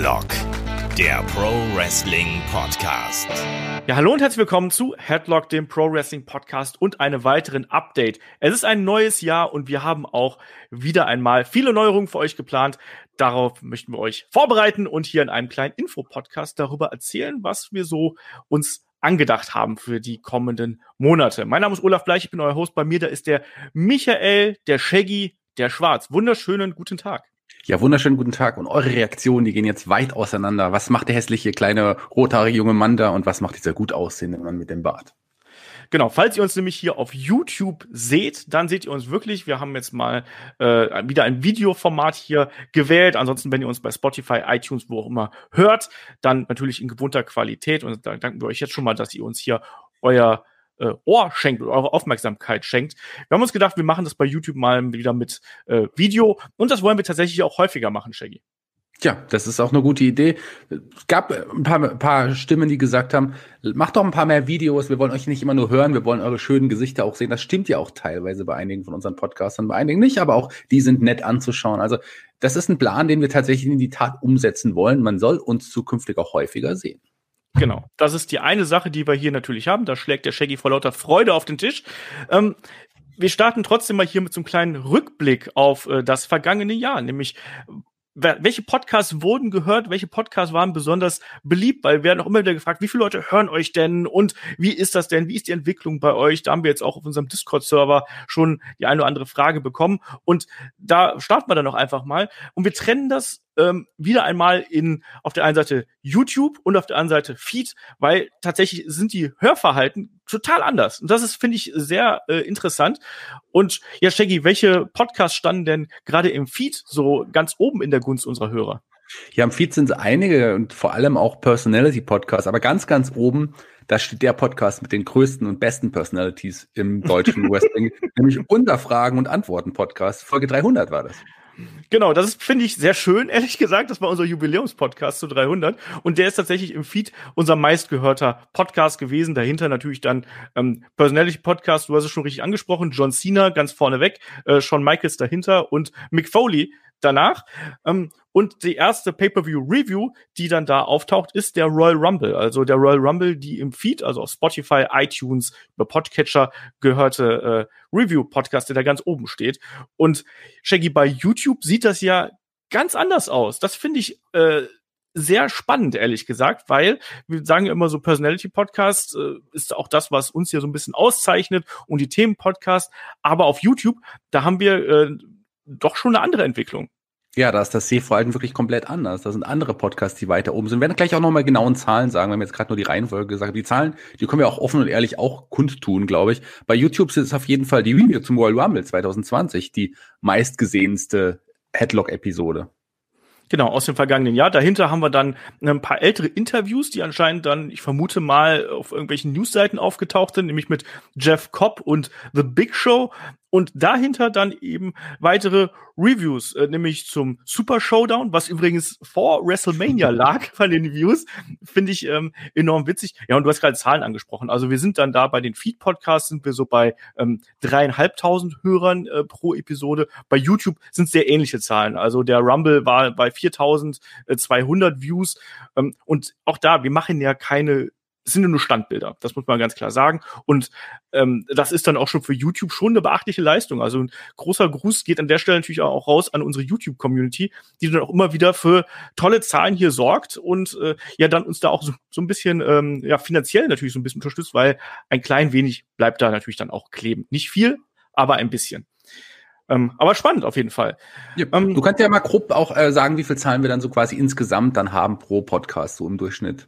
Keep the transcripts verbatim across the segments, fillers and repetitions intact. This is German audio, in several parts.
Headlock, der Pro Wrestling Podcast. Ja, hallo und herzlich willkommen zu Headlock, dem Pro Wrestling Podcast und einem weiteren Update. Es ist ein neues Jahr und wir haben auch wieder einmal viele Neuerungen für euch geplant. Darauf möchten wir euch vorbereiten und hier in einem kleinen Info-Podcast darüber erzählen, was wir so uns angedacht haben für die kommenden Monate. Mein Name ist Olaf Bleich, ich bin euer Host. Bei mir, da ist der Michael, der Shaggy, der Schwarz. Wunderschönen guten Tag. Ja, wunderschönen guten Tag. Und eure Reaktionen, die gehen jetzt weit auseinander. Was macht der hässliche, kleine, rothaarige junge Mann da und was macht dieser gut aussehende Mann mit dem Bart? Genau, falls ihr uns nämlich hier auf YouTube seht, dann seht ihr uns wirklich. Wir haben jetzt mal äh, wieder ein Videoformat hier gewählt. Ansonsten, wenn ihr uns bei Spotify, iTunes, wo auch immer hört, dann natürlich in gewohnter Qualität. Und da danken wir euch jetzt schon mal, dass ihr uns hier euer äh, Ohr schenkt und eure Aufmerksamkeit schenkt. Wir haben uns gedacht, wir machen das bei YouTube mal wieder mit äh, Video. Und das wollen wir tatsächlich auch häufiger machen, Shaggy. Ja, das ist auch eine gute Idee. Es gab ein paar, ein paar Stimmen, die gesagt haben, macht doch ein paar mehr Videos, wir wollen euch nicht immer nur hören, wir wollen eure schönen Gesichter auch sehen. Das stimmt ja auch teilweise bei einigen von unseren Podcastern, bei einigen nicht, aber auch die sind nett anzuschauen. Also das ist ein Plan, den wir tatsächlich in die Tat umsetzen wollen. Man soll uns zukünftig auch häufiger sehen. Genau, das ist die eine Sache, die wir hier natürlich haben. Da schlägt der Shaggy vor lauter Freude auf den Tisch. Ähm, wir starten trotzdem mal hier mit so einem kleinen Rückblick auf äh, das vergangene Jahr, nämlich welche Podcasts wurden gehört, welche Podcasts waren besonders beliebt, weil wir werden auch immer wieder gefragt, wie viele Leute hören euch denn und wie ist das denn, wie ist die Entwicklung bei euch? Da haben wir jetzt auch auf unserem Discord-Server schon die eine oder andere Frage bekommen und da starten wir dann auch einfach mal und wir trennen das ähm, wieder einmal in auf der einen Seite YouTube und auf der anderen Seite Feed, weil tatsächlich sind die Hörverhalten total anders und das ist, finde ich, sehr äh, interessant. Und ja, Shaggy, welche Podcasts standen denn gerade im Feed so ganz oben in der Gunst unserer Hörer? Ja, im Feed sind es einige und vor allem auch Personality-Podcasts, aber ganz, ganz oben, da steht der Podcast mit den größten und besten Personalities im deutschen Wrestling, nämlich unser Fragen- und Antworten-Podcast. Folge dreihundert war das. Genau, das ist, finde ich, sehr schön, ehrlich gesagt. Das war unser Jubiläumspodcast zu dreihundert. Und der ist tatsächlich im Feed unser meistgehörter Podcast gewesen. Dahinter natürlich dann ähm, Personality Podcast, du hast es schon richtig angesprochen. John Cena ganz vorneweg, äh, Shawn Michaels dahinter und Mick Foley danach. Ähm, und die erste Pay-Per-View-Review, die dann da auftaucht, ist der Royal Rumble. Also der Royal Rumble, die im Feed, also auf Spotify, iTunes, über Podcatcher gehörte äh, Review-Podcast, der da ganz oben steht. Und Shaggy, bei YouTube sieht das ja ganz anders aus. Das finde ich äh, sehr spannend, ehrlich gesagt, weil wir sagen ja immer so, Personality-Podcast äh, ist auch das, was uns hier so ein bisschen auszeichnet und die Themen-Podcast. Aber auf YouTube, da haben wir äh, doch schon eine andere Entwicklung. Ja, da ist das Sehverhalten wirklich komplett anders. Da sind andere Podcasts, die weiter oben sind. Wir werden gleich auch nochmal genauen Zahlen sagen. Wir haben jetzt gerade nur die Reihenfolge gesagt. Die Zahlen, die können wir auch offen und ehrlich auch kundtun, glaube ich. Bei YouTube ist es auf jeden Fall die Review zum Royal Rumble zwanzig zwanzig, die meistgesehenste Headlock-Episode. Genau, aus dem vergangenen Jahr. Dahinter haben wir dann ein paar ältere Interviews, die anscheinend dann, ich vermute mal, auf irgendwelchen Newsseiten aufgetaucht sind, nämlich mit Jeff Cobb und The Big Show. Und dahinter dann eben weitere Reviews, äh, nämlich zum Super Showdown, was übrigens vor WrestleMania lag von den Views, finde ich ähm, enorm witzig. Ja, und du hast gerade Zahlen angesprochen. Also wir sind dann da bei den Feed-Podcasts, sind wir so bei ähm, dreieinhalbtausend Hörern äh, pro Episode. Bei YouTube sind sehr ähnliche Zahlen. Also der Rumble war bei viertausendzweihundert Views. Ähm, und auch da, wir machen ja keine Es sind nur Standbilder, das muss man ganz klar sagen. Und ähm, das ist dann auch schon für YouTube schon eine beachtliche Leistung. Also ein großer Gruß geht an der Stelle natürlich auch raus an unsere YouTube-Community, die dann auch immer wieder für tolle Zahlen hier sorgt und äh, ja dann uns da auch so, so ein bisschen ähm, ja finanziell natürlich so ein bisschen unterstützt, weil ein klein wenig bleibt da natürlich dann auch kleben. Nicht viel, aber ein bisschen. Ähm, aber spannend auf jeden Fall. Ja, ähm, du kannst ja mal grob auch äh, sagen, wie viel Zahlen wir dann so quasi insgesamt dann haben pro Podcast, so im Durchschnitt.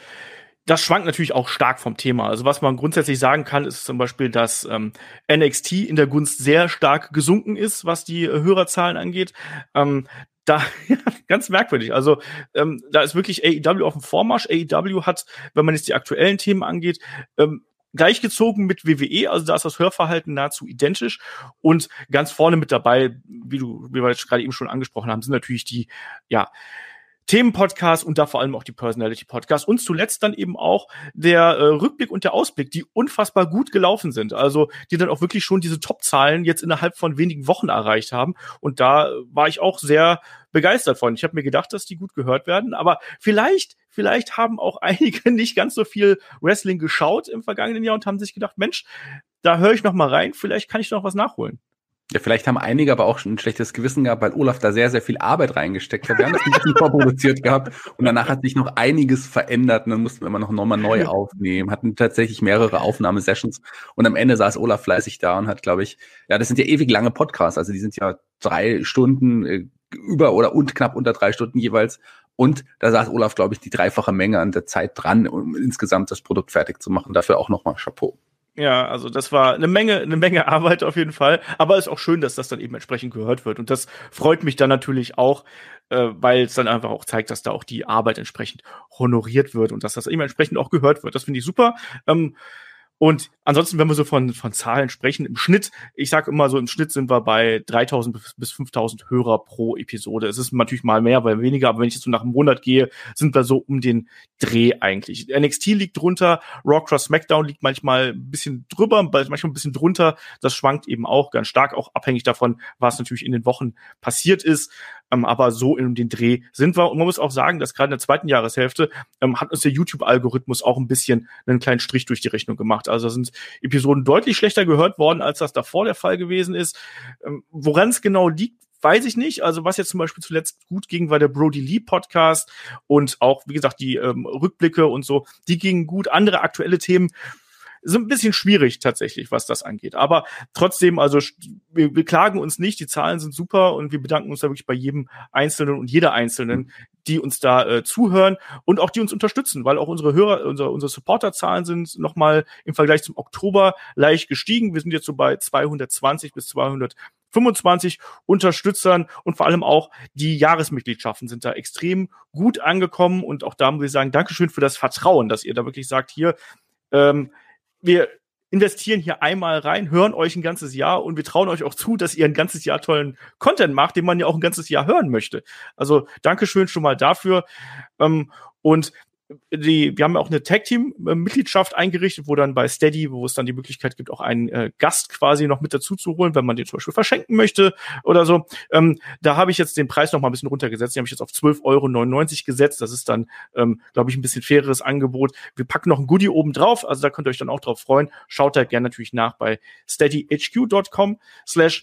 Das schwankt natürlich auch stark vom Thema. Also was man grundsätzlich sagen kann, ist zum Beispiel, dass ähm, N X T in der Gunst sehr stark gesunken ist, was die äh, Hörerzahlen angeht. Ähm, da ja, ganz merkwürdig. Also ähm, da ist wirklich A E W auf dem Vormarsch. A E W hat, wenn man jetzt die aktuellen Themen angeht, ähm, gleichgezogen mit W W E, also da ist das Hörverhalten nahezu identisch und ganz vorne mit dabei, wie du, wie wir jetzt gerade eben schon angesprochen haben, sind natürlich die, ja, Themenpodcast und da vor allem auch die Personality-Podcast und zuletzt dann eben auch der äh, Rückblick und der Ausblick, die unfassbar gut gelaufen sind. Also die dann auch wirklich schon diese Top-Zahlen jetzt innerhalb von wenigen Wochen erreicht haben. Und da war ich auch sehr begeistert von. Ich habe mir gedacht, dass die gut gehört werden. Aber vielleicht, vielleicht haben auch einige nicht ganz so viel Wrestling geschaut im vergangenen Jahr und haben sich gedacht, Mensch, da höre ich noch mal rein, vielleicht kann ich noch was nachholen. Ja, vielleicht haben einige aber auch schon ein schlechtes Gewissen gehabt, weil Olaf da sehr, sehr viel Arbeit reingesteckt hat. Wir haben das ein bisschen vorproduziert gehabt und danach hat sich noch einiges verändert und dann mussten wir immer noch nochmal neu aufnehmen, hatten tatsächlich mehrere Aufnahmesessions und am Ende saß Olaf fleißig da und hat, glaube ich, ja, das sind ja ewig lange Podcasts, also die sind ja drei Stunden äh, über oder und knapp unter drei Stunden jeweils und da saß Olaf, glaube ich, die dreifache Menge an der Zeit dran, um insgesamt das Produkt fertig zu machen. Dafür auch nochmal Chapeau. Ja, also das war eine Menge, eine Menge Arbeit auf jeden Fall. Aber es ist auch schön, dass das dann eben entsprechend gehört wird. Und das freut mich dann natürlich auch, äh, weil es dann einfach auch zeigt, dass da auch die Arbeit entsprechend honoriert wird und dass das eben entsprechend auch gehört wird. Das finde ich super. Ähm, Und ansonsten, wenn wir so von von Zahlen sprechen, im Schnitt, ich sage immer so, im Schnitt sind wir bei dreitausend bis fünftausend Hörer pro Episode. Es ist natürlich mal mehr, mal weniger, aber wenn ich jetzt so nach einem Monat gehe, sind wir so um den Dreh eigentlich. N X T liegt drunter, Raw Cross SmackDown liegt manchmal ein bisschen drüber, manchmal ein bisschen drunter. Das schwankt eben auch ganz stark, auch abhängig davon, was natürlich in den Wochen passiert ist. Ähm, aber so in den Dreh sind wir. Und man muss auch sagen, dass gerade in der zweiten Jahreshälfte ähm, hat uns der YouTube-Algorithmus auch ein bisschen einen kleinen Strich durch die Rechnung gemacht. Also da sind Episoden deutlich schlechter gehört worden, als das davor der Fall gewesen ist. Ähm, woran es genau liegt, weiß ich nicht. Also was jetzt zum Beispiel zuletzt gut ging, war der Brody Lee Podcast und auch, wie gesagt, die ähm, Rückblicke und so, die gingen gut. Andere aktuelle Themen sind ein bisschen schwierig tatsächlich, was das angeht. Aber trotzdem, also wir, wir klagen uns nicht, die Zahlen sind super und wir bedanken uns da wirklich bei jedem Einzelnen und jeder Einzelnen, die uns da äh, zuhören und auch die uns unterstützen, weil auch unsere Hörer, unsere, unsere Supporterzahlen sind nochmal im Vergleich zum Oktober leicht gestiegen. Wir sind jetzt so bei zweihundertzwanzig bis zweihundertfünfundzwanzig Unterstützern und vor allem auch die Jahresmitgliedschaften sind da extrem gut angekommen und auch da muss ich sagen, Dankeschön für das Vertrauen, dass ihr da wirklich sagt, hier, ähm, wir investieren hier einmal rein, hören euch ein ganzes Jahr und wir trauen euch auch zu, dass ihr ein ganzes Jahr tollen Content macht, den man ja auch ein ganzes Jahr hören möchte. Also Dankeschön schon mal dafür. Und die, wir haben ja auch eine Tag-Team-Mitgliedschaft eingerichtet, wo dann bei Steady, wo es dann die Möglichkeit gibt, auch einen äh, Gast quasi noch mit dazu zu holen, wenn man den zum Beispiel verschenken möchte oder so. Ähm, da habe ich jetzt den Preis noch mal ein bisschen runtergesetzt. Den habe ich jetzt auf zwölf Euro neunundneunzig gesetzt. Das ist dann, ähm, glaube ich, ein bisschen faireres Angebot. Wir packen noch ein Goodie oben drauf, also da könnt ihr euch dann auch drauf freuen. Schaut da gerne natürlich nach bei steadyhq.com slash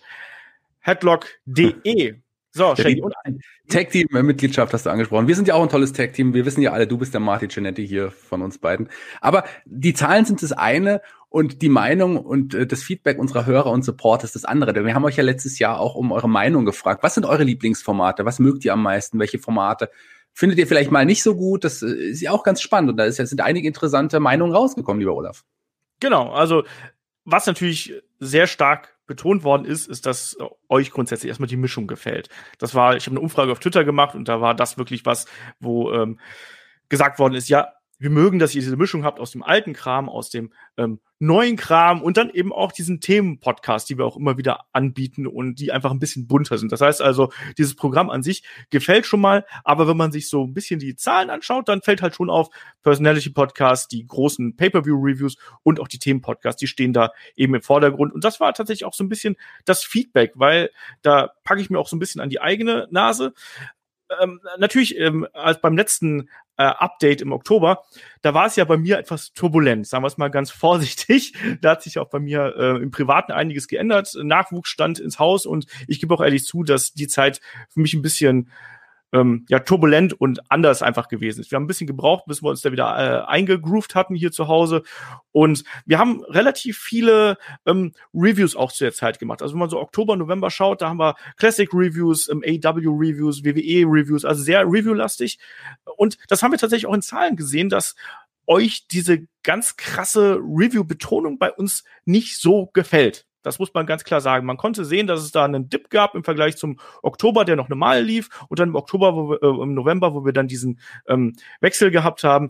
headlock.de. So, Shaggy. Und Tag-Team-Mitgliedschaft hast du angesprochen. Wir sind ja auch ein tolles Tag-Team. Wir wissen ja alle, du bist der Marty Ciannetti hier von uns beiden. Aber die Zahlen sind das eine und die Meinung und äh, das Feedback unserer Hörer und Supporter ist das andere. Denn wir haben euch ja letztes Jahr auch um eure Meinung gefragt. Was sind eure Lieblingsformate? Was mögt ihr am meisten? Welche Formate findet ihr vielleicht mal nicht so gut? Das ist ja auch ganz spannend. Und da ist, sind einige interessante Meinungen rausgekommen, lieber Olaf. Genau, also was natürlich sehr stark betont worden ist, ist, dass euch grundsätzlich erstmal die Mischung gefällt. Das war, ich habe eine Umfrage auf Twitter gemacht und da war das wirklich was, wo ähm, gesagt worden ist, ja, wir mögen, dass ihr diese Mischung habt aus dem alten Kram, aus dem ähm, neuen Kram und dann eben auch diesen Themen-Podcast, die wir auch immer wieder anbieten und die einfach ein bisschen bunter sind. Das heißt also, dieses Programm an sich gefällt schon mal, aber wenn man sich so ein bisschen die Zahlen anschaut, dann fällt halt schon auf Personality-Podcasts, die großen Pay-Per-View-Reviews und auch die Themen-Podcasts, die stehen da eben im Vordergrund. Und das war tatsächlich auch so ein bisschen das Feedback, weil da packe ich mir auch so ein bisschen an die eigene Nase. Ähm, natürlich, ähm, als beim letzten äh, Update im Oktober, da war es ja bei mir etwas turbulent, sagen wir es mal ganz vorsichtig. Da hat sich auch bei mir äh, im Privaten einiges geändert. Nachwuchs stand ins Haus und ich gebe auch ehrlich zu, dass die Zeit für mich ein bisschen ähm, ja turbulent und anders einfach gewesen ist. Wir haben ein bisschen gebraucht, bis wir uns da wieder äh, eingegroovt hatten hier zu Hause. Und wir haben relativ viele ähm, Reviews auch zu der Zeit gemacht. Also wenn man so Oktober, November schaut, da haben wir Classic-Reviews, ähm, A E W-Reviews, W W E-Reviews, also sehr Review-lastig. Und das haben wir tatsächlich auch in Zahlen gesehen, dass euch diese ganz krasse Review-Betonung bei uns nicht so gefällt. Das muss man ganz klar sagen. Man konnte sehen, dass es da einen Dip gab im Vergleich zum Oktober, der noch normal lief, und dann im Oktober, wo wir, äh, im November, wo wir dann diesen ähm, Wechsel gehabt haben.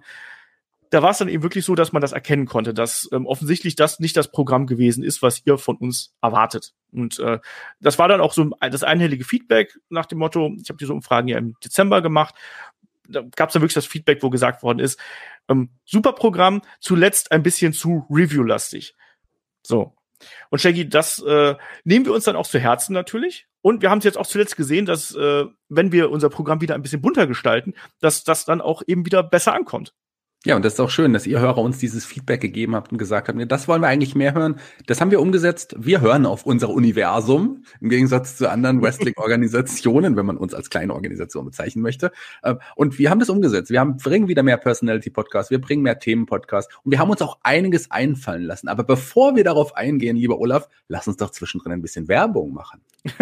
Da war es dann eben wirklich so, dass man das erkennen konnte, dass ähm, offensichtlich das nicht das Programm gewesen ist, was ihr von uns erwartet. Und äh, das war dann auch so das einhellige Feedback nach dem Motto, ich habe diese Umfragen ja im Dezember gemacht. da gab es dann wirklich das Feedback, wo gesagt worden ist, ähm, super Programm, zuletzt ein bisschen zu Review-lastig. So. Und Shaggy, das äh, nehmen wir uns dann auch zu Herzen natürlich. Und wir haben es jetzt auch zuletzt gesehen, dass äh, wenn wir unser Programm wieder ein bisschen bunter gestalten, dass das dann auch eben wieder besser ankommt. Ja, und das ist auch schön, dass ihr Hörer uns dieses Feedback gegeben habt und gesagt habt, das wollen wir eigentlich mehr hören. Das haben wir umgesetzt. Wir hören auf unser Universum, im Gegensatz zu anderen Wrestling-Organisationen, wenn man uns als kleine Organisation bezeichnen möchte. Und wir haben das umgesetzt. Wir haben, bringen wieder mehr Personality-Podcasts, wir bringen mehr Themen-Podcasts und wir haben uns auch einiges einfallen lassen. Aber bevor wir darauf eingehen, lieber Olaf, lass uns doch zwischendrin ein bisschen Werbung machen.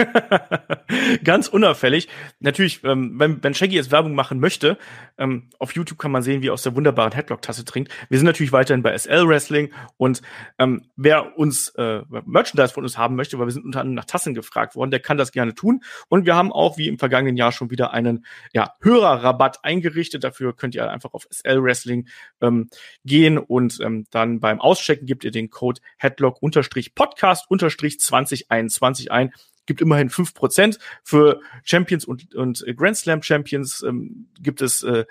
Ganz unauffällig. Natürlich, ähm, wenn, wenn Shaggy jetzt Werbung machen möchte, ähm, auf YouTube kann man sehen, wie er aus der wunderbaren Headlock-Tasse trinkt. Wir sind natürlich weiterhin bei S L Wrestling und ähm, wer uns äh, Merchandise von uns haben möchte, weil wir sind unter anderem nach Tassen gefragt worden, der kann das gerne tun. Und wir haben auch, wie im vergangenen Jahr, schon wieder einen ja, Hörerrabatt eingerichtet. Dafür könnt ihr einfach auf S L Wrestling ähm, gehen und ähm, dann beim Auschecken gebt ihr den Code Headlock-Podcast zwanzig einundzwanzig ein. Gibt immerhin fünf Prozent. Für Champions und, und Grand Slam Champions ähm, gibt es äh,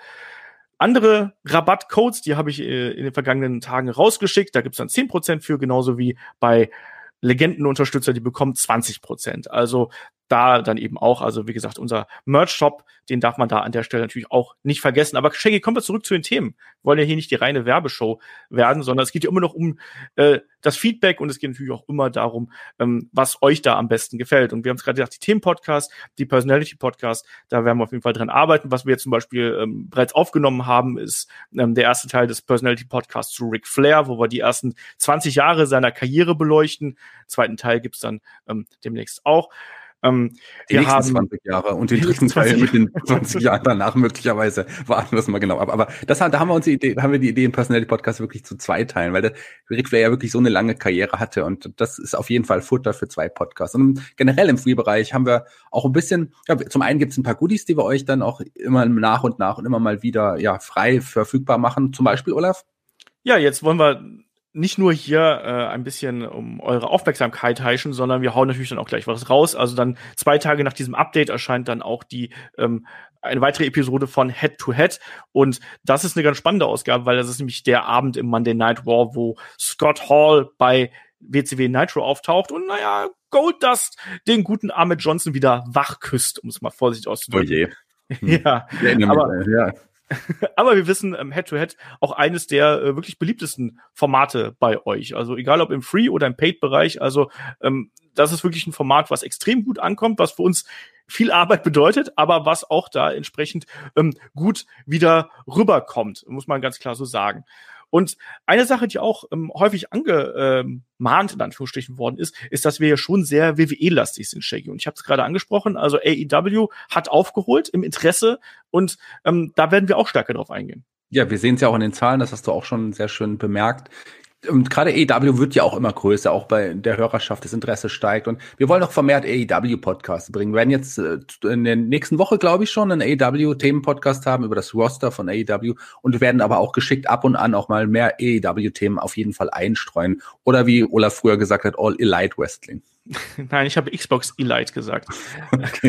andere Rabattcodes, die habe ich äh, in den vergangenen Tagen rausgeschickt. Da gibt's dann zehn Prozent für, genauso wie bei Legendenunterstützer, die bekommen zwanzig Prozent. Also da dann eben auch, also wie gesagt, unser Merch-Shop, den darf man da an der Stelle natürlich auch nicht vergessen. Aber Shaggy, kommen wir zurück zu den Themen. Wir wollen ja hier nicht die reine Werbeshow werden, sondern es geht ja immer noch um äh, das Feedback und es geht natürlich auch immer darum, ähm, was euch da am besten gefällt. Und wir haben es gerade gesagt, die Themen-Podcast, die Personality-Podcast, da werden wir auf jeden Fall dran arbeiten. Was wir jetzt zum Beispiel ähm, bereits aufgenommen haben, ist ähm, der erste Teil des Personality-Podcasts zu Ric Flair, wo wir die ersten zwanzig Jahre seiner Karriere beleuchten. Den zweiten Teil gibt's dann ähm, demnächst auch. Ähm, die wir nächsten haben zwanzig Jahre und den dritten Teil mit den zwanzig Jahren danach möglicherweise. Warten wir es mal genau ab. Aber das, da haben wir uns die Idee, haben wir die Idee, im Personality Podcast wirklich zu zwei teilen, weil der Ric Flair ja wirklich so eine lange Karriere hatte und das ist auf jeden Fall Futter für zwei Podcasts. Und generell im Free-Bereich haben wir auch ein bisschen, ja, zum einen gibt es ein paar Goodies, die wir euch dann auch immer nach und nach und immer mal wieder ja frei verfügbar machen. Zum Beispiel, Olaf? Ja, jetzt wollen wir nicht nur hier äh, ein bisschen um eure Aufmerksamkeit heischen, sondern wir hauen natürlich dann auch gleich was raus. Also dann zwei Tage nach diesem Update erscheint dann auch die ähm, eine weitere Episode von Head to Head. Und das ist eine ganz spannende Ausgabe, weil das ist nämlich der Abend im Monday Night War, wo Scott Hall bei W C W Nitro auftaucht und naja, Goldust den guten Ahmed Johnson wieder wach küsst, um es mal vorsichtig auszudrücken. Oh je. Ja, ja, aber ja. Aber wir wissen, ähm, Head-to-Head auch eines der äh, wirklich beliebtesten Formate bei euch. Also egal ob im Free- oder im Paid-Bereich. Also ähm, das ist wirklich ein Format, was extrem gut ankommt, was für uns viel Arbeit bedeutet, aber was auch da entsprechend ähm, gut wieder rüberkommt, muss man ganz klar so sagen. Und eine Sache, die auch ähm, häufig angemahnt, in Anführungsstrichen, worden ist, ist, dass wir ja schon sehr W W E-lastig sind, Shaggy. Und ich habe es gerade angesprochen, also A E W hat aufgeholt im Interesse und ähm, da werden wir auch stärker drauf eingehen. Ja, wir sehen es ja auch in den Zahlen, das hast du auch schon sehr schön bemerkt. Und gerade A E W wird ja auch immer größer, auch bei der Hörerschaft, das Interesse steigt. Und wir wollen auch vermehrt A E W-Podcasts bringen. Wir werden jetzt äh, in der nächsten Woche, glaube ich, schon einen A E W-Themen-Podcast haben über das Roster von A E W. Und wir werden aber auch geschickt ab und an auch mal mehr A E W-Themen auf jeden Fall einstreuen. Oder wie Olaf früher gesagt hat, All Elite Wrestling. Nein, ich habe Xbox Elite gesagt. Okay.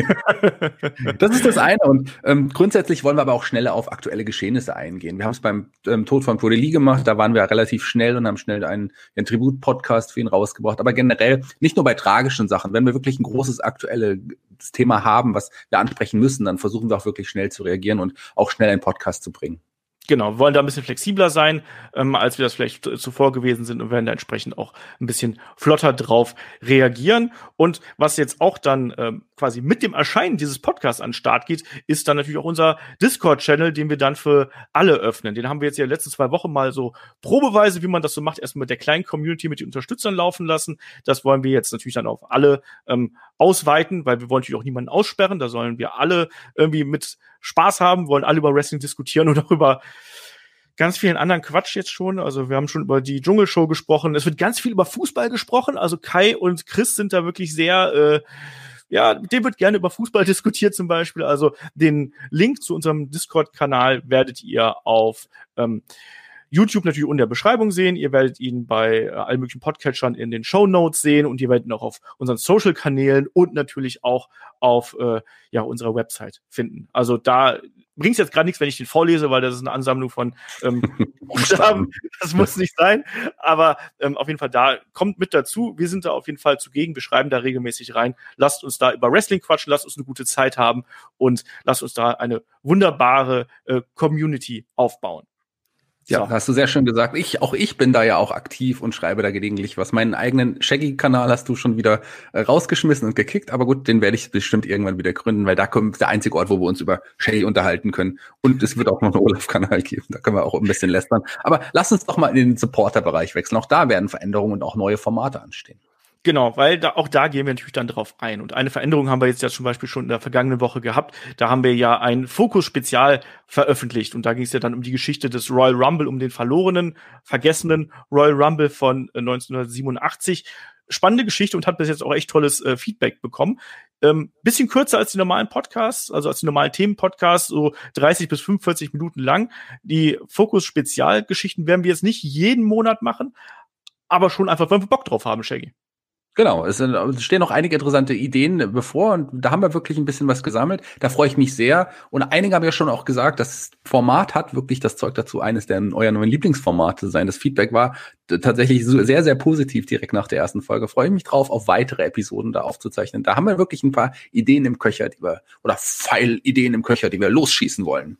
Das ist das eine. Und ähm, grundsätzlich wollen wir aber auch schneller auf aktuelle Geschehnisse eingehen. Wir haben es beim ähm, Tod von Brody Lee gemacht. Da waren wir relativ schnell und haben schnell einen, einen Tribut-Podcast für ihn rausgebracht. Aber generell nicht nur bei tragischen Sachen. Wenn wir wirklich ein großes aktuelles Thema haben, was wir ansprechen müssen, dann versuchen wir auch wirklich schnell zu reagieren und auch schnell einen Podcast zu bringen. Genau, wir wollen da ein bisschen flexibler sein, ähm, als wir das vielleicht zuvor gewesen sind und werden da entsprechend auch ein bisschen flotter drauf reagieren. Und was jetzt auch dann ähm, quasi mit dem Erscheinen dieses Podcasts an den Start geht, ist dann natürlich auch unser Discord-Channel, den wir dann für alle öffnen. Den haben wir jetzt ja in den letzten zwei Wochen mal so probeweise, wie man das so macht, erstmal mit der kleinen Community, mit den Unterstützern laufen lassen. Das wollen wir jetzt natürlich dann auf alle ähm, ausweiten, weil wir wollen natürlich auch niemanden aussperren. Da sollen wir alle irgendwie mit Spaß haben, wollen alle über Wrestling diskutieren und auch über ganz vielen anderen Quatsch jetzt schon. Also wir haben schon über die Dschungelshow gesprochen. Es wird ganz viel über Fußball gesprochen. Also Kai und Chris sind da wirklich sehr, äh, ja, mit dem wird gerne über Fußball diskutiert zum Beispiel. Also den Link zu unserem Discord-Kanal werdet ihr auf ähm, YouTube natürlich unten in der Beschreibung sehen. Ihr werdet ihn bei äh, allen möglichen Podcatchern in den Shownotes sehen und ihr werdet ihn auch auf unseren Social-Kanälen und natürlich auch auf äh, ja unserer Website finden. Also da bringt es jetzt gerade nichts, wenn ich den vorlese, weil das ist eine Ansammlung von ähm, Buchstaben. Das muss nicht sein. Aber ähm, auf jeden Fall, da kommt mit dazu. Wir sind da auf jeden Fall zugegen. Wir schreiben da regelmäßig rein. Lasst uns da über Wrestling quatschen. Lasst uns eine gute Zeit haben und lasst uns da eine wunderbare äh, Community aufbauen. Ja, So. hast du sehr schön gesagt. Ich, auch ich bin da ja auch aktiv und schreibe da gelegentlich was. Meinen eigenen Shaggy-Kanal hast du schon wieder äh, rausgeschmissen und gekickt, aber gut, den werde ich bestimmt irgendwann wieder gründen, weil da kommt der einzige Ort, wo wir uns über Shaggy unterhalten können. Und es wird auch noch einen Olaf-Kanal geben, da können wir auch ein bisschen lästern. Aber lass uns doch mal in den Supporter-Bereich wechseln. Auch da werden Veränderungen und auch neue Formate anstehen. Genau, weil da, auch da gehen wir natürlich dann drauf ein. Und eine Veränderung haben wir jetzt ja zum Beispiel schon in der vergangenen Woche gehabt. Da haben wir ja ein Fokus-Spezial veröffentlicht. Und da ging es ja dann um die Geschichte des Royal Rumble, um den verlorenen, vergessenen Royal Rumble von äh, neunzehnhundertsiebenundachtzig. Spannende Geschichte und hat bis jetzt auch echt tolles äh, Feedback bekommen. Ähm, bisschen kürzer als die normalen Podcasts, also als die normalen Themen-Podcasts, so dreißig bis fünfundvierzig Minuten lang. Die Fokus-Spezialgeschichten werden wir jetzt nicht jeden Monat machen, aber schon einfach, wenn wir Bock drauf haben, Shaggy. Genau, es, sind, es stehen noch einige interessante Ideen bevor und da haben wir wirklich ein bisschen was gesammelt. Da freue ich mich sehr. Und einige haben ja schon auch gesagt, das Format hat wirklich das Zeug dazu, eines der euer neuen Lieblingsformate zu sein. Das Feedback war tatsächlich sehr, sehr positiv direkt nach der ersten Folge. Freue ich mich drauf, auf weitere Episoden da aufzuzeichnen. Da haben wir wirklich ein paar Ideen im Köcher, die wir, oder Pfeilideen im Köcher, die wir losschießen wollen.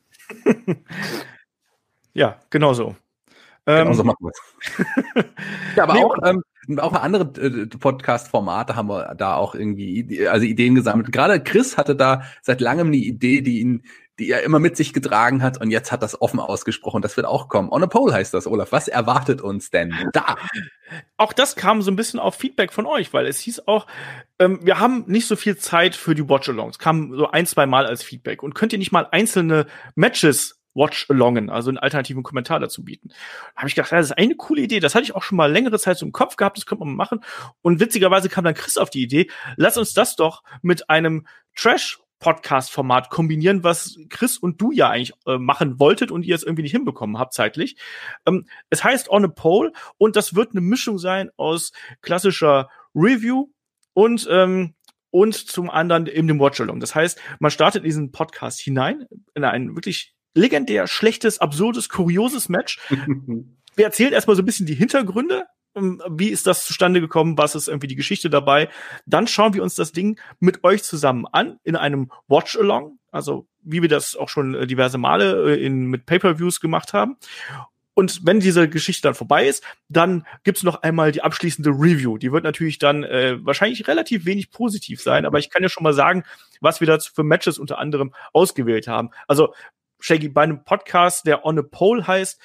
Ja, genau so. Genau so machen wir es. Ja, aber nee, auch, ähm, auch andere äh, Podcast-Formate haben wir da auch irgendwie, also Ideen gesammelt. Gerade Chris hatte da seit langem eine Idee, die ihn, die er immer mit sich getragen hat und jetzt hat das offen ausgesprochen. Das wird auch kommen. On a Pole heißt das, Olaf. Was erwartet uns denn da? Auch das kam so ein bisschen auf Feedback von euch, weil es hieß auch, ähm, wir haben nicht so viel Zeit für die Watch-Alongs. Kam so ein, zwei Mal als Feedback. Und könnt ihr nicht mal einzelne Matches Watch-Alongen, also einen alternativen Kommentar dazu bieten. Da habe ich gedacht, ja, das ist eine coole Idee. Das hatte ich auch schon mal längere Zeit so im Kopf gehabt, das könnte man mal machen. Und witzigerweise kam dann Chris auf die Idee, lass uns das doch mit einem Trash-Podcast-Format kombinieren, was Chris und du ja eigentlich äh, machen wolltet und ihr es irgendwie nicht hinbekommen habt zeitlich. Ähm, es heißt On a Pole und das wird eine Mischung sein aus klassischer Review und ähm, und zum anderen eben dem Watch-Along. Das heißt, man startet in diesen Podcast hinein, in einen wirklich legendär schlechtes, absurdes, kurioses Match. Wir erzählen erstmal so ein bisschen die Hintergründe. Wie ist das zustande gekommen? Was ist irgendwie die Geschichte dabei? Dann schauen wir uns das Ding mit euch zusammen an in einem Watch-Along. Also wie wir das auch schon diverse Male in, mit Pay-Per-Views gemacht haben. Und wenn diese Geschichte dann vorbei ist, dann gibt's noch einmal die abschließende Review. Die wird natürlich dann äh, wahrscheinlich relativ wenig positiv sein, aber ich kann ja schon mal sagen, was wir dazu für Matches unter anderem ausgewählt haben. Also Shaggy, bei einem Podcast, der On a Pole heißt,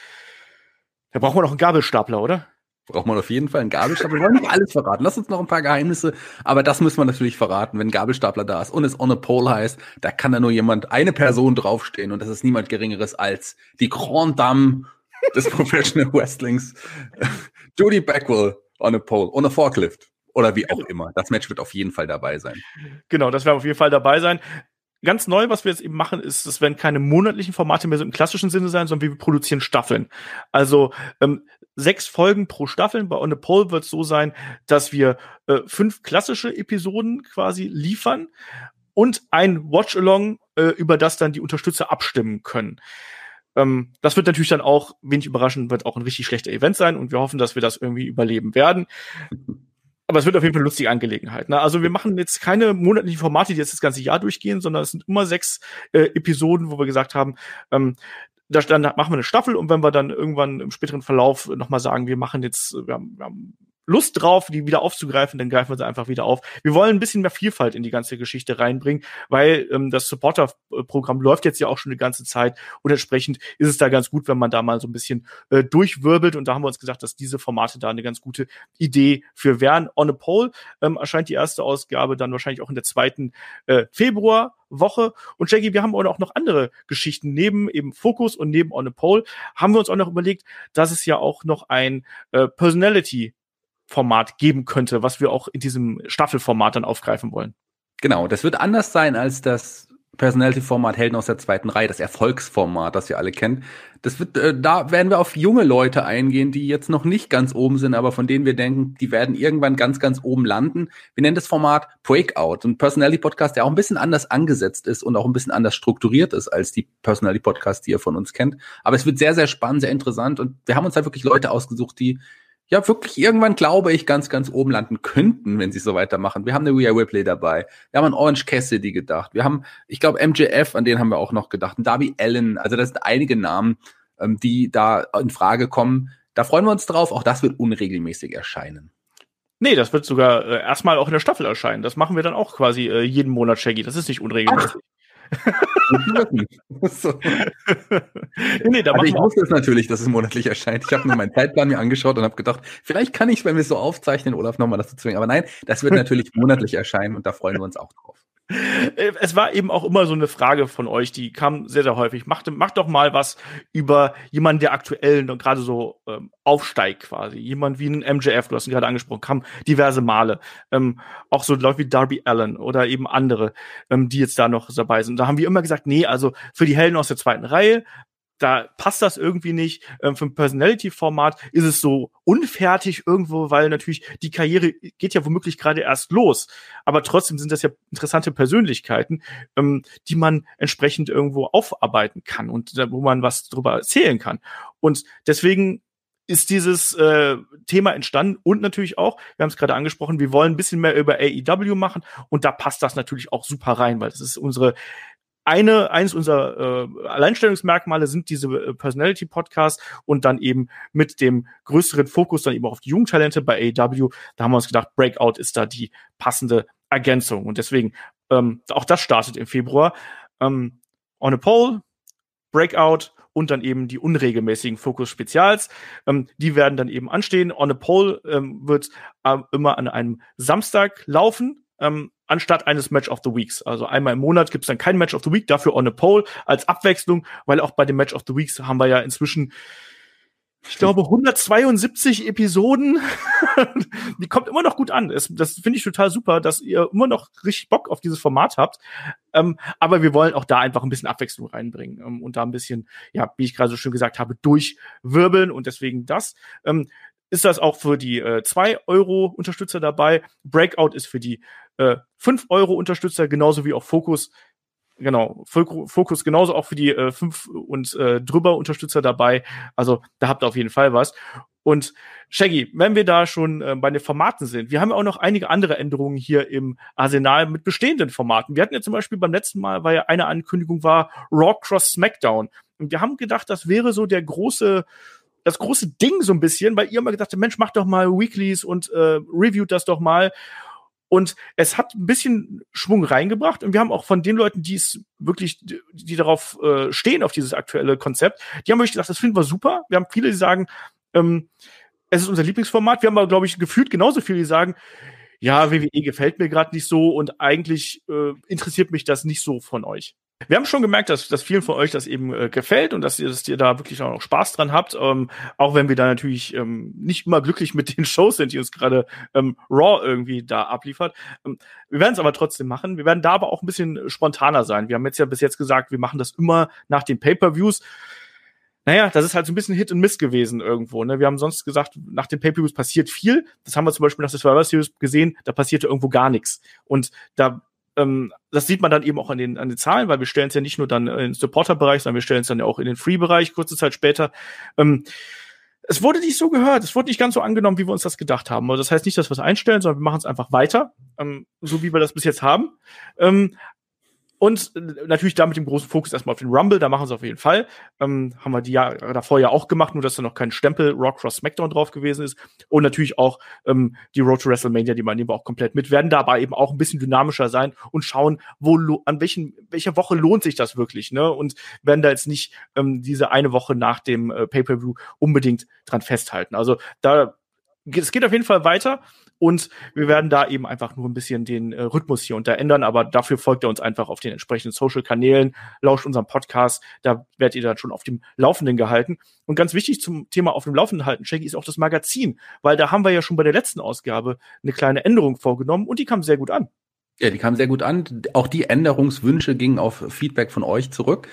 da braucht man noch einen Gabelstapler, oder? Braucht man auf jeden Fall einen Gabelstapler. Wir wollen nicht alles verraten. Lass uns noch ein paar Geheimnisse, aber das müssen wir natürlich verraten, wenn ein Gabelstapler da ist und es On a Pole heißt, da kann da nur jemand, eine Person draufstehen und das ist niemand Geringeres als die Grande Dame des Professional Wrestlings, Judy Bagwell On a Pole, on a Forklift oder wie auch immer. Das Match wird auf jeden Fall dabei sein. Genau, das wird auf jeden Fall dabei sein. Ganz neu, was wir jetzt eben machen, ist, es werden keine monatlichen Formate mehr so im klassischen Sinne sein, sondern wir produzieren Staffeln. Also ähm, sechs Folgen pro Staffel. Bei On a Pole wird es so sein, dass wir äh, fünf klassische Episoden quasi liefern und ein Watch-Along, äh, über das dann die Unterstützer abstimmen können. Ähm, das wird natürlich dann auch, wenig überraschend, wird auch ein richtig schlechter Event sein und wir hoffen, dass wir das irgendwie überleben werden. Aber es wird auf jeden Fall eine lustige Angelegenheit. Ne? Also wir machen jetzt keine monatlichen Formate, die jetzt das ganze Jahr durchgehen, sondern es sind immer sechs äh, Episoden, wo wir gesagt haben, ähm, da dann machen wir eine Staffel und wenn wir dann irgendwann im späteren Verlauf nochmal sagen, wir machen jetzt, wir haben, wir haben Lust drauf, die wieder aufzugreifen, dann greifen wir sie einfach wieder auf. Wir wollen ein bisschen mehr Vielfalt in die ganze Geschichte reinbringen, weil ähm, das Supporter-Programm läuft jetzt ja auch schon eine ganze Zeit und entsprechend ist es da ganz gut, wenn man da mal so ein bisschen äh, durchwirbelt und da haben wir uns gesagt, dass diese Formate da eine ganz gute Idee für wären. On a Pole ähm, erscheint die erste Ausgabe dann wahrscheinlich auch in der zweiten äh, Februarwoche und Shaggy, wir haben auch noch andere Geschichten neben eben Focus und neben On a Pole haben wir uns auch noch überlegt, dass es ja auch noch ein äh, Personality Format geben könnte, was wir auch in diesem Staffelformat dann aufgreifen wollen. Genau, das wird anders sein als das Personality-Format Helden aus der zweiten Reihe, das Erfolgsformat, das ihr alle kennt. Das wird, äh, da werden wir auf junge Leute eingehen, die jetzt noch nicht ganz oben sind, aber von denen wir denken, die werden irgendwann ganz, ganz oben landen. Wir nennen das Format Breakout, ein Personality-Podcast, der auch ein bisschen anders angesetzt ist und auch ein bisschen anders strukturiert ist als die Personality-Podcasts, die ihr von uns kennt. Aber es wird sehr, sehr spannend, sehr interessant und wir haben uns halt wirklich Leute ausgesucht, die ja wirklich irgendwann, glaube ich, ganz, ganz oben landen könnten, wenn sie so weitermachen. Wir haben eine Rhea Ripley dabei. Wir haben an Orange Cassidy gedacht. Wir haben, ich glaube, M J F, an den haben wir auch noch gedacht. Und Darby Allin. Also das sind einige Namen, ähm, die da in Frage kommen. Da freuen wir uns drauf. Auch das wird unregelmäßig erscheinen. Nee, das wird sogar äh, erstmal auch in der Staffel erscheinen. Das machen wir dann auch quasi äh, jeden Monat, Shaggy. Das ist nicht unregelmäßig. so. nee, da also ich wusste es natürlich, dass es monatlich erscheint. Ich habe mir meinen Zeitplan mir angeschaut und habe gedacht, vielleicht kann ich, wenn wir es so aufzeichnen, Olaf nochmal dazu zwingen. Aber nein, das wird natürlich monatlich erscheinen und da freuen wir uns auch drauf. Es war eben auch immer so eine Frage von euch, die kam sehr, sehr häufig. Macht, macht doch mal was über jemanden, der aktuell und gerade so ähm, aufsteigt quasi. Jemand wie ein M J F, du hast ihn gerade angesprochen, kam diverse Male. Ähm, auch so Leute wie Darby Allin oder eben andere, ähm, die jetzt da noch dabei sind. Da haben wir immer gesagt, nee, also für die Helden aus der zweiten Reihe, da passt das irgendwie nicht. Ähm, für ein Personality-Format ist es so unfertig irgendwo, weil natürlich die Karriere geht ja womöglich gerade erst los. Aber trotzdem sind das ja interessante Persönlichkeiten, ähm, die man entsprechend irgendwo aufarbeiten kann und wo man was drüber erzählen kann. Und deswegen ist dieses äh, Thema entstanden und natürlich auch, wir haben es gerade angesprochen, wir wollen ein bisschen mehr über A E W machen und da passt das natürlich auch super rein, weil das ist unsere Eine, eines unserer äh, Alleinstellungsmerkmale sind diese äh, Personality-Podcasts und dann eben mit dem größeren Fokus dann eben auf die Jugendtalente bei A E W. Da haben wir uns gedacht, Breakout ist da die passende Ergänzung. Und deswegen, ähm, auch das startet im Februar. Ähm, On a Pole, Breakout und dann eben die unregelmäßigen Fokus-Spezials. Ähm, die werden dann eben anstehen. On a Pole ähm, wird äh, immer an einem Samstag laufen. Ähm, anstatt eines Match of the Weeks. Also einmal im Monat gibt es dann kein Match of the Week, dafür On a Pole als Abwechslung, weil auch bei dem Match of the Weeks haben wir ja inzwischen, ich glaube, hundertzweiundsiebzig Episoden. Die kommt immer noch gut an. Das, das finde ich total super, dass ihr immer noch richtig Bock auf dieses Format habt. Ähm, aber wir wollen auch da einfach ein bisschen Abwechslung reinbringen ähm, und da ein bisschen, ja, wie ich gerade so schön gesagt habe, durchwirbeln und deswegen das. Ähm, ist das auch für die äh, zwei Euro Unterstützer dabei. Breakout ist für die äh, fünf Euro Unterstützer, genauso wie auch Focus. Genau, Focus genauso auch für die äh, fünf und äh, drüber Unterstützer dabei. Also da habt ihr auf jeden Fall was. Und Shaggy, wenn wir da schon äh, bei den Formaten sind, wir haben auch noch einige andere Änderungen hier im Arsenal mit bestehenden Formaten. Wir hatten ja zum Beispiel beim letzten Mal, weil ja eine Ankündigung war, Raw Cross SmackDown. Und wir haben gedacht, das wäre so der große das große Ding so ein bisschen, weil ihr immer gedacht habt, Mensch, macht doch mal Weeklies und äh, reviewt das doch mal. Und es hat ein bisschen Schwung reingebracht. Und wir haben auch von den Leuten, die es wirklich, die darauf äh, stehen, auf dieses aktuelle Konzept, die haben wirklich gesagt, das finden wir super. Wir haben viele, die sagen, ähm, es ist unser Lieblingsformat. Wir haben aber, glaube ich, gefühlt genauso viele, die sagen, ja, W W E gefällt mir gerade nicht so und eigentlich äh, interessiert mich das nicht so von euch. Wir haben schon gemerkt, dass, dass vielen von euch das eben äh, gefällt und dass ihr, dass ihr da wirklich auch noch Spaß dran habt, ähm, auch wenn wir da natürlich ähm, nicht immer glücklich mit den Shows sind, die uns gerade ähm, Raw irgendwie da abliefert. Ähm, wir werden es aber trotzdem machen. Wir werden da aber auch ein bisschen spontaner sein. Wir haben jetzt ja bis jetzt gesagt, wir machen das immer nach den Pay-Per-Views. Naja, das ist halt so ein bisschen Hit and Miss gewesen irgendwo. Ne? Wir haben sonst gesagt, nach den Pay-Per-Views passiert viel. Das haben wir zum Beispiel nach der Survivor Series gesehen, da passierte irgendwo gar nichts. Und da Ähm, das sieht man dann eben auch an den, an den Zahlen, weil wir stellen es ja nicht nur dann in den Supporter-Bereich, sondern wir stellen es dann ja auch in den Free-Bereich kurze Zeit später. Ähm, es wurde nicht so gehört, es wurde nicht ganz so angenommen, wie wir uns das gedacht haben. Also das heißt nicht, dass wir es einstellen, sondern wir machen es einfach weiter, ähm, so wie wir das bis jetzt haben. Ähm, Und natürlich da mit dem großen Fokus erstmal auf den Rumble, da machen sie auf jeden Fall. Ähm, haben wir die Jahre davor ja auch gemacht, nur dass da noch kein Stempel Raw Cross SmackDown drauf gewesen ist. Und natürlich auch ähm, die Road to WrestleMania, die nehmen wir auch komplett mit, werden dabei eben auch ein bisschen dynamischer sein und schauen, wo lo- an welchen welcher Woche lohnt sich das wirklich, ne? Und werden da jetzt nicht ähm, diese eine Woche nach dem äh, Pay-Per-View unbedingt dran festhalten. Also da es geht auf jeden Fall weiter. Und wir werden da eben einfach nur ein bisschen den äh, Rhythmus hier und da ändern, aber dafür folgt ihr uns einfach auf den entsprechenden Social-Kanälen, lauscht unserem Podcast, da werdet ihr dann schon auf dem Laufenden gehalten. Und ganz wichtig zum Thema auf dem Laufenden halten, Shaggy, ist auch das Magazin, weil da haben wir ja schon bei der letzten Ausgabe eine kleine Änderung vorgenommen und die kam sehr gut an. Ja, die kamen sehr gut an. Auch die Änderungswünsche gingen auf Feedback von euch zurück.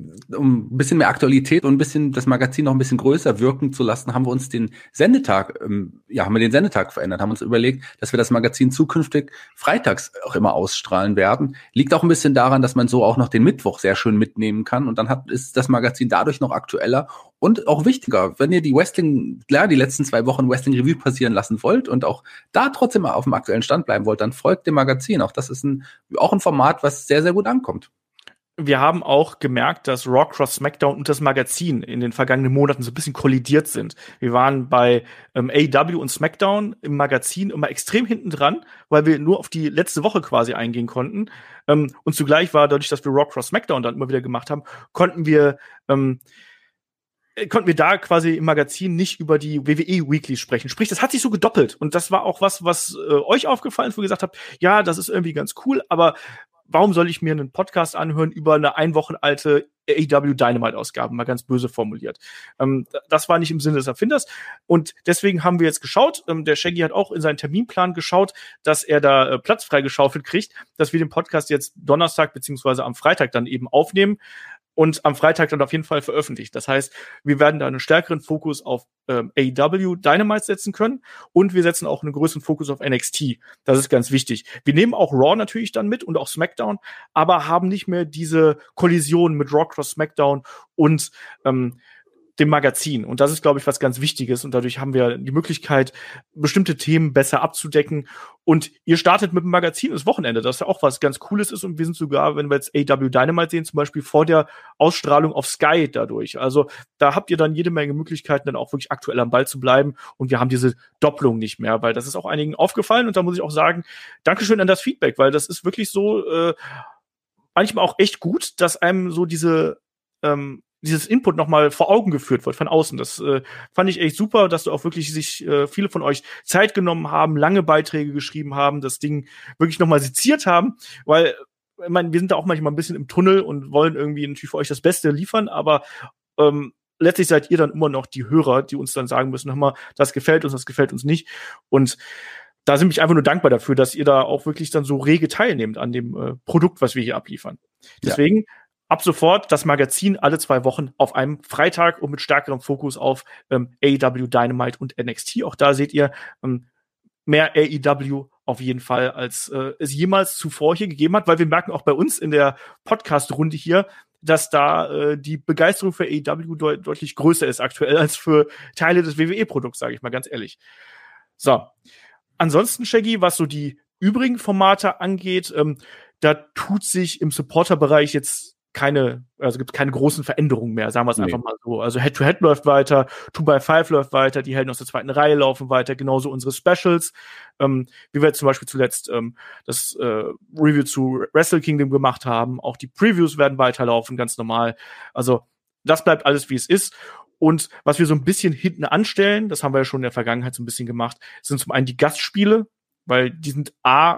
Um ein bisschen mehr Aktualität und ein bisschen das Magazin noch ein bisschen größer wirken zu lassen, haben wir uns den Sendetag, ähm, ja, haben wir den Sendetag verändert, haben uns überlegt, dass wir das Magazin zukünftig freitags auch immer ausstrahlen werden. Liegt auch ein bisschen daran, dass man so auch noch den Mittwoch sehr schön mitnehmen kann und dann hat, ist das Magazin dadurch noch aktueller und auch wichtiger. Wenn ihr die Wrestling, klar, die letzten zwei Wochen Wrestling Review passieren lassen wollt und auch da trotzdem auf dem aktuellen Stand bleiben wollt, dann folgt dem Magazin. Auch das ist ein, auch ein Format, was sehr, sehr gut ankommt. Wir haben auch gemerkt, dass Raw Cross SmackDown und das Magazin in den vergangenen Monaten so ein bisschen kollidiert sind. Wir waren bei ähm, A E W und SmackDown im Magazin immer extrem hinten dran, weil wir nur auf die letzte Woche quasi eingehen konnten. Ähm, und zugleich war dadurch, dass wir Raw Cross SmackDown dann immer wieder gemacht haben, konnten wir ähm, konnten wir da quasi im Magazin nicht über die W W E Weekly sprechen. Sprich, das hat sich so gedoppelt. Und das war auch was, was äh, euch aufgefallen ist, wo ihr gesagt habt, ja, das ist irgendwie ganz cool, aber warum soll ich mir einen Podcast anhören über eine ein Wochen alte A E W Dynamite-Ausgabe, mal ganz böse formuliert. Ähm, das war nicht im Sinne des Erfinders. Und deswegen haben wir jetzt geschaut, ähm, der Shaggy hat auch in seinen Terminplan geschaut, dass er da äh, Platz freigeschaufelt kriegt, dass wir den Podcast jetzt Donnerstag beziehungsweise am Freitag dann eben aufnehmen und am Freitag dann auf jeden Fall veröffentlicht. Das heißt, wir werden da einen stärkeren Fokus auf ähm, A E W Dynamite setzen können und wir setzen auch einen größeren Fokus auf N X T. Das ist ganz wichtig. Wir nehmen auch Raw natürlich dann mit und auch SmackDown, aber haben nicht mehr diese Kollision mit Raw Cross SmackDown und ähm, dem Magazin. Und das ist, glaube ich, was ganz Wichtiges. Und dadurch haben wir die Möglichkeit, bestimmte Themen besser abzudecken. Und ihr startet mit dem Magazin das Wochenende, das ja auch was ganz Cooles ist. Und wir sind sogar, wenn wir jetzt A E W Dynamite sehen, zum Beispiel vor der Ausstrahlung auf Sky dadurch. Also da habt ihr dann jede Menge Möglichkeiten, dann auch wirklich aktuell am Ball zu bleiben. Und wir haben diese Doppelung nicht mehr, weil das ist auch einigen aufgefallen. Und da muss ich auch sagen, Dankeschön an das Feedback, weil das ist wirklich so äh, manchmal auch echt gut, dass einem so diese ähm, dieses Input nochmal vor Augen geführt wird von außen. Das äh, fand ich echt super, dass du auch wirklich sich äh, viele von euch Zeit genommen haben, lange Beiträge geschrieben haben, das Ding wirklich nochmal seziert haben, weil ich meine, wir sind da auch manchmal ein bisschen im Tunnel und wollen irgendwie natürlich für euch das Beste liefern, aber ähm, letztlich seid ihr dann immer noch die Hörer, die uns dann sagen müssen, hör mal, das gefällt uns, das gefällt uns nicht. Und da sind ich einfach nur dankbar dafür, dass ihr da auch wirklich dann so rege teilnehmt an dem äh, Produkt, was wir hier abliefern. Deswegen ja. Ab sofort das Magazin alle zwei Wochen auf einem Freitag und mit stärkerem Fokus auf ähm, A E W Dynamite und N X T. Auch da seht ihr ähm, mehr A E W auf jeden Fall, als äh, es jemals zuvor hier gegeben hat, weil wir merken auch bei uns in der Podcast-Runde hier, dass da äh, die Begeisterung für A E W de- deutlich größer ist aktuell als für Teile des W W E-Produkts, sage ich mal ganz ehrlich. So, ansonsten, Shaggy, was so die übrigen Formate angeht, ähm, da tut sich im Supporter-Bereich jetzt keine, also gibt keine großen Veränderungen mehr, sagen wir es nee. einfach mal so. Also Head-to-Head läuft weiter, two by five läuft weiter, die Helden aus der zweiten Reihe laufen weiter, genauso unsere Specials, ähm, wie wir zum Beispiel zuletzt ähm, das äh, Review zu Wrestle Kingdom gemacht haben. Auch die Previews werden weiterlaufen, ganz normal. Also das bleibt alles, wie es ist. Und was wir so ein bisschen hinten anstellen, das haben wir ja schon in der Vergangenheit so ein bisschen gemacht, sind zum einen die Gastspiele, weil die sind A,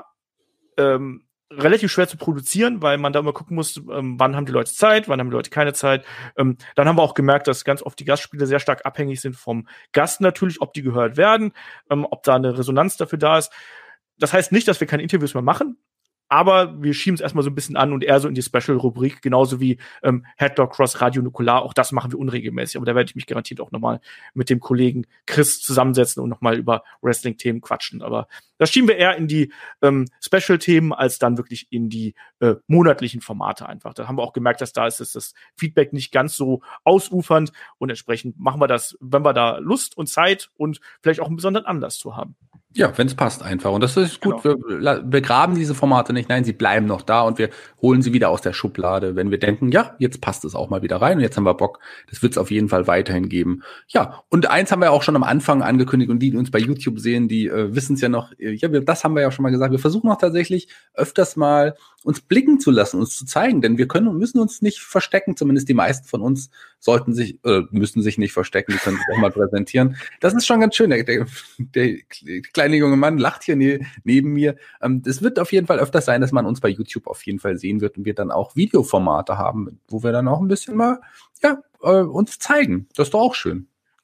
ähm, relativ schwer zu produzieren, weil man da immer gucken muss, ähm, wann haben die Leute Zeit, wann haben die Leute keine Zeit. Ähm, dann haben wir auch gemerkt, dass ganz oft die Gastspiele sehr stark abhängig sind vom Gast natürlich, ob die gehört werden, ähm, ob da eine Resonanz dafür da ist. Das heißt nicht, dass wir keine Interviews mehr machen, aber wir schieben es erstmal so ein bisschen an und eher so in die Special-Rubrik, genauso wie ähm, Headlock Cross Radio Nukular. Auch das machen wir unregelmäßig, aber da werde ich mich garantiert auch nochmal mit dem Kollegen Chris zusammensetzen und nochmal über Wrestling-Themen quatschen. Aber das schieben wir eher in die ähm, Special-Themen als dann wirklich in die äh, monatlichen Formate einfach. Da haben wir auch gemerkt, dass da ist dass das Feedback nicht ganz so ausufernd und entsprechend machen wir das, wenn wir da Lust und Zeit und vielleicht auch einen besonderen Anlass zu haben. Ja, wenn es passt einfach. Und das ist gut. Genau. Wir begraben diese Formate nicht. Nein, sie bleiben noch da und wir holen sie wieder aus der Schublade, wenn wir denken, ja, jetzt passt es auch mal wieder rein und jetzt haben wir Bock. Das wird es auf jeden Fall weiterhin geben. Ja, und eins haben wir auch schon am Anfang angekündigt und die, die uns bei YouTube sehen, die äh, wissen es ja noch. Ja, wir, das haben wir ja schon mal gesagt. Wir versuchen auch tatsächlich öfters mal uns blicken zu lassen, uns zu zeigen, denn wir können und müssen uns nicht verstecken. Zumindest die meisten von uns sollten sich, äh, müssen sich nicht verstecken, die können sich auch mal präsentieren. Das ist schon ganz schön. Der, der, der kleine junge Mann lacht hier ne, neben mir. Ähm, das wird auf jeden Fall öfters sein, dass man uns bei YouTube auf jeden Fall sehen wird und wir dann auch Videoformate haben, wo wir dann auch ein bisschen mal ja äh, uns zeigen. Das ist doch auch schön.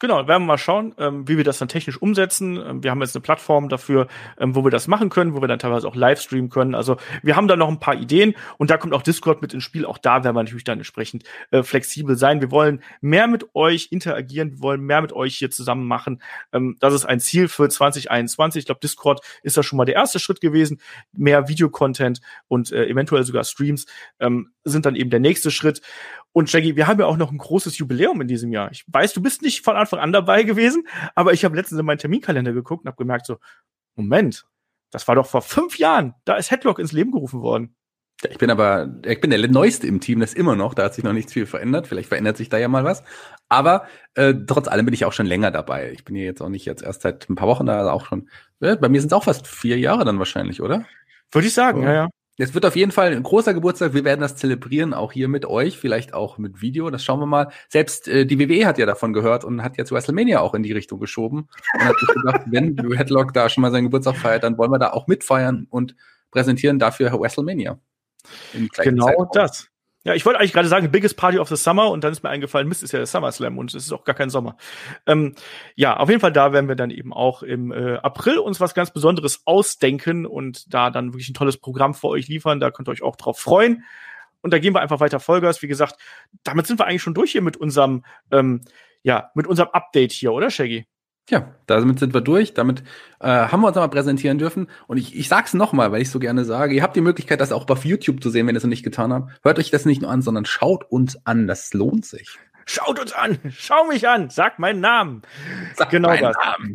Genau, werden wir mal schauen, ähm, wie wir das dann technisch umsetzen. Ähm, wir haben jetzt eine Plattform dafür, ähm, wo wir das machen können, wo wir dann teilweise auch live streamen können. Also wir haben da noch ein paar Ideen und da kommt auch Discord mit ins Spiel. Auch da werden wir natürlich dann entsprechend äh, flexibel sein. Wir wollen mehr mit euch interagieren, wir wollen mehr mit euch hier zusammen machen. Ähm, das ist ein Ziel für zwanzig einundzwanzig. Ich glaube, Discord ist da schon mal der erste Schritt gewesen. Mehr Videocontent und äh, eventuell sogar Streams ähm, sind dann eben der nächste Schritt. Und Shaggy, wir haben ja auch noch ein großes Jubiläum in diesem Jahr. Ich weiß, du bist nicht von Anfang an dabei gewesen, aber ich habe letztens in meinen Terminkalender geguckt und habe gemerkt so, Moment, das war doch vor fünf Jahren. Da ist Headlock ins Leben gerufen worden. Ich bin aber, ich bin der Neueste im Team, das immer noch, da hat sich noch nichts viel verändert. Vielleicht verändert sich da ja mal was. Aber äh, trotz allem bin ich auch schon länger dabei. Ich bin hier jetzt auch nicht jetzt erst seit ein paar Wochen da, also auch schon, äh, bei mir sind es auch fast vier Jahre dann wahrscheinlich, oder? Würde ich sagen, so. ja, ja. Es wird auf jeden Fall ein großer Geburtstag. Wir werden das zelebrieren, auch hier mit euch, vielleicht auch mit Video. Das schauen wir mal. Selbst äh, die W W E hat ja davon gehört und hat jetzt WrestleMania auch in die Richtung geschoben. Und hat sich gedacht, wenn Headlock da schon mal seinen Geburtstag feiert, dann wollen wir da auch mitfeiern und präsentieren dafür WrestleMania. Genau Zeitraum. das. Ja, ich wollte eigentlich gerade sagen, biggest party of the summer und dann ist mir eingefallen, Mist, ist ja der SummerSlam und es ist auch gar kein Sommer. Ähm, ja, auf jeden Fall, da werden wir dann eben auch im äh, April uns was ganz Besonderes ausdenken und da dann wirklich ein tolles Programm für euch liefern. Da könnt ihr euch auch drauf freuen. Und da gehen wir einfach weiter Vollgas. Wie gesagt, damit sind wir eigentlich schon durch hier mit unserem, ähm, ja, mit unserem Update hier, oder Shaggy? Ja, damit sind wir durch. Damit äh, haben wir uns einmal präsentieren dürfen. Und ich, ich sag's nochmal, weil ich so gerne sage, ihr habt die Möglichkeit, das auch auf YouTube zu sehen, wenn ihr es noch nicht getan habt. Hört euch das nicht nur an, sondern schaut uns an. Das lohnt sich. Schaut uns an, schau mich an, sag meinen Namen. Sag genau meinen das. Namen.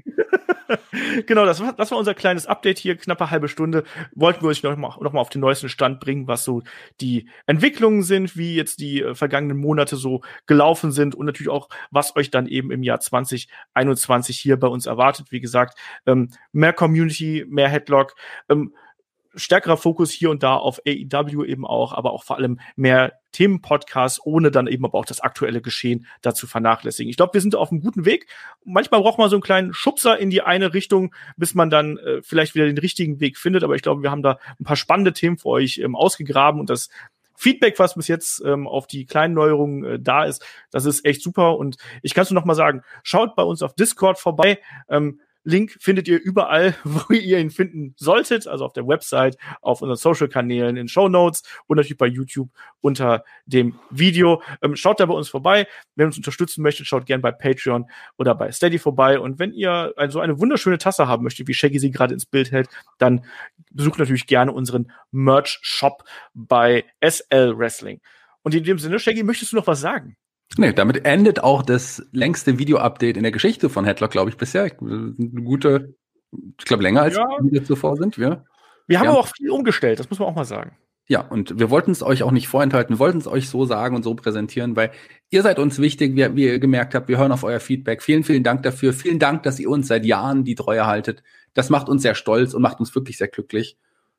Genau, das war, das war unser kleines Update hier, knappe halbe Stunde. Wollten wir euch noch mal, noch mal auf den neuesten Stand bringen, was so die Entwicklungen sind, wie jetzt die äh, vergangenen Monate so gelaufen sind und natürlich auch, was euch dann eben im Jahr zwanzig einundzwanzig hier bei uns erwartet. Wie gesagt, ähm, mehr Community, mehr Headlock, ähm, stärkerer Fokus hier und da auf A E W eben auch, aber auch vor allem mehr Themenpodcasts, ohne dann eben aber auch das aktuelle Geschehen dazu vernachlässigen. Ich glaube, wir sind auf einem guten Weg. Manchmal braucht man so einen kleinen Schubser in die eine Richtung, bis man dann äh, vielleicht wieder den richtigen Weg findet. Aber ich glaube, wir haben da ein paar spannende Themen für euch ähm, ausgegraben und das Feedback, was bis jetzt ähm, auf die kleinen Neuerungen äh, da ist, das ist echt super. Und ich kann es nur noch mal sagen, schaut bei uns auf Discord vorbei. Ähm, Link findet ihr überall, wo ihr ihn finden solltet, also auf der Website, auf unseren Social-Kanälen, in Shownotes und natürlich bei YouTube unter dem Video. Ähm, schaut da bei uns vorbei. Wenn ihr uns unterstützen möchtet, schaut gerne bei Patreon oder bei Steady vorbei. Und wenn ihr ein, so eine wunderschöne Tasse haben möchtet, wie Shaggy sie gerade ins Bild hält, dann besucht natürlich gerne unseren Merch-Shop bei S L Wrestling. Und in dem Sinne, Shaggy, möchtest du noch was sagen? Nee, damit endet auch das längste Video-Update in der Geschichte von Headlock, glaube ich, bisher. Eine gute, ich glaube, länger als ja. wir zuvor sind. Wir, wir haben ja. aber auch viel umgestellt, das muss man auch mal sagen. Ja, und wir wollten es euch auch nicht vorenthalten, wir wollten es euch so sagen und so präsentieren, weil ihr seid uns wichtig, wie, wie ihr gemerkt habt, wir hören auf euer Feedback. Vielen, vielen Dank dafür. Vielen Dank, dass ihr uns seit Jahren die Treue haltet. Das macht uns sehr stolz und macht uns wirklich sehr glücklich.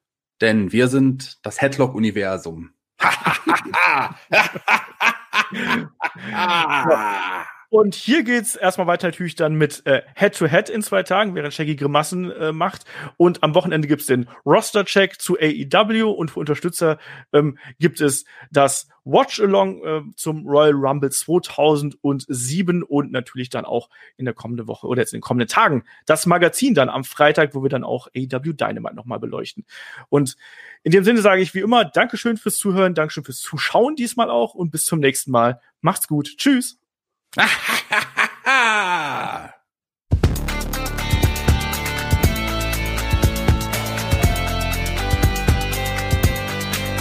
Denn wir sind das Headlock-Universum. Und hier geht's erstmal weiter natürlich dann mit äh, Head-to-Head in zwei Tagen, während Shaggy Grimassen äh, macht. Und am Wochenende gibt's den Roster-Check zu A E W und für Unterstützer ähm, gibt es das Watch-Along äh, zum Royal Rumble zweitausendsieben und natürlich dann auch in der kommenden Woche oder jetzt in den kommenden Tagen das Magazin dann am Freitag, wo wir dann auch A E W Dynamite nochmal beleuchten. Und in dem Sinne sage ich wie immer, Dankeschön fürs Zuhören, Dankeschön fürs Zuschauen diesmal auch und bis zum nächsten Mal. Macht's gut. Tschüss.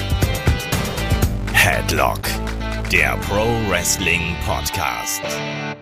Headlock, der Pro Wrestling Podcast.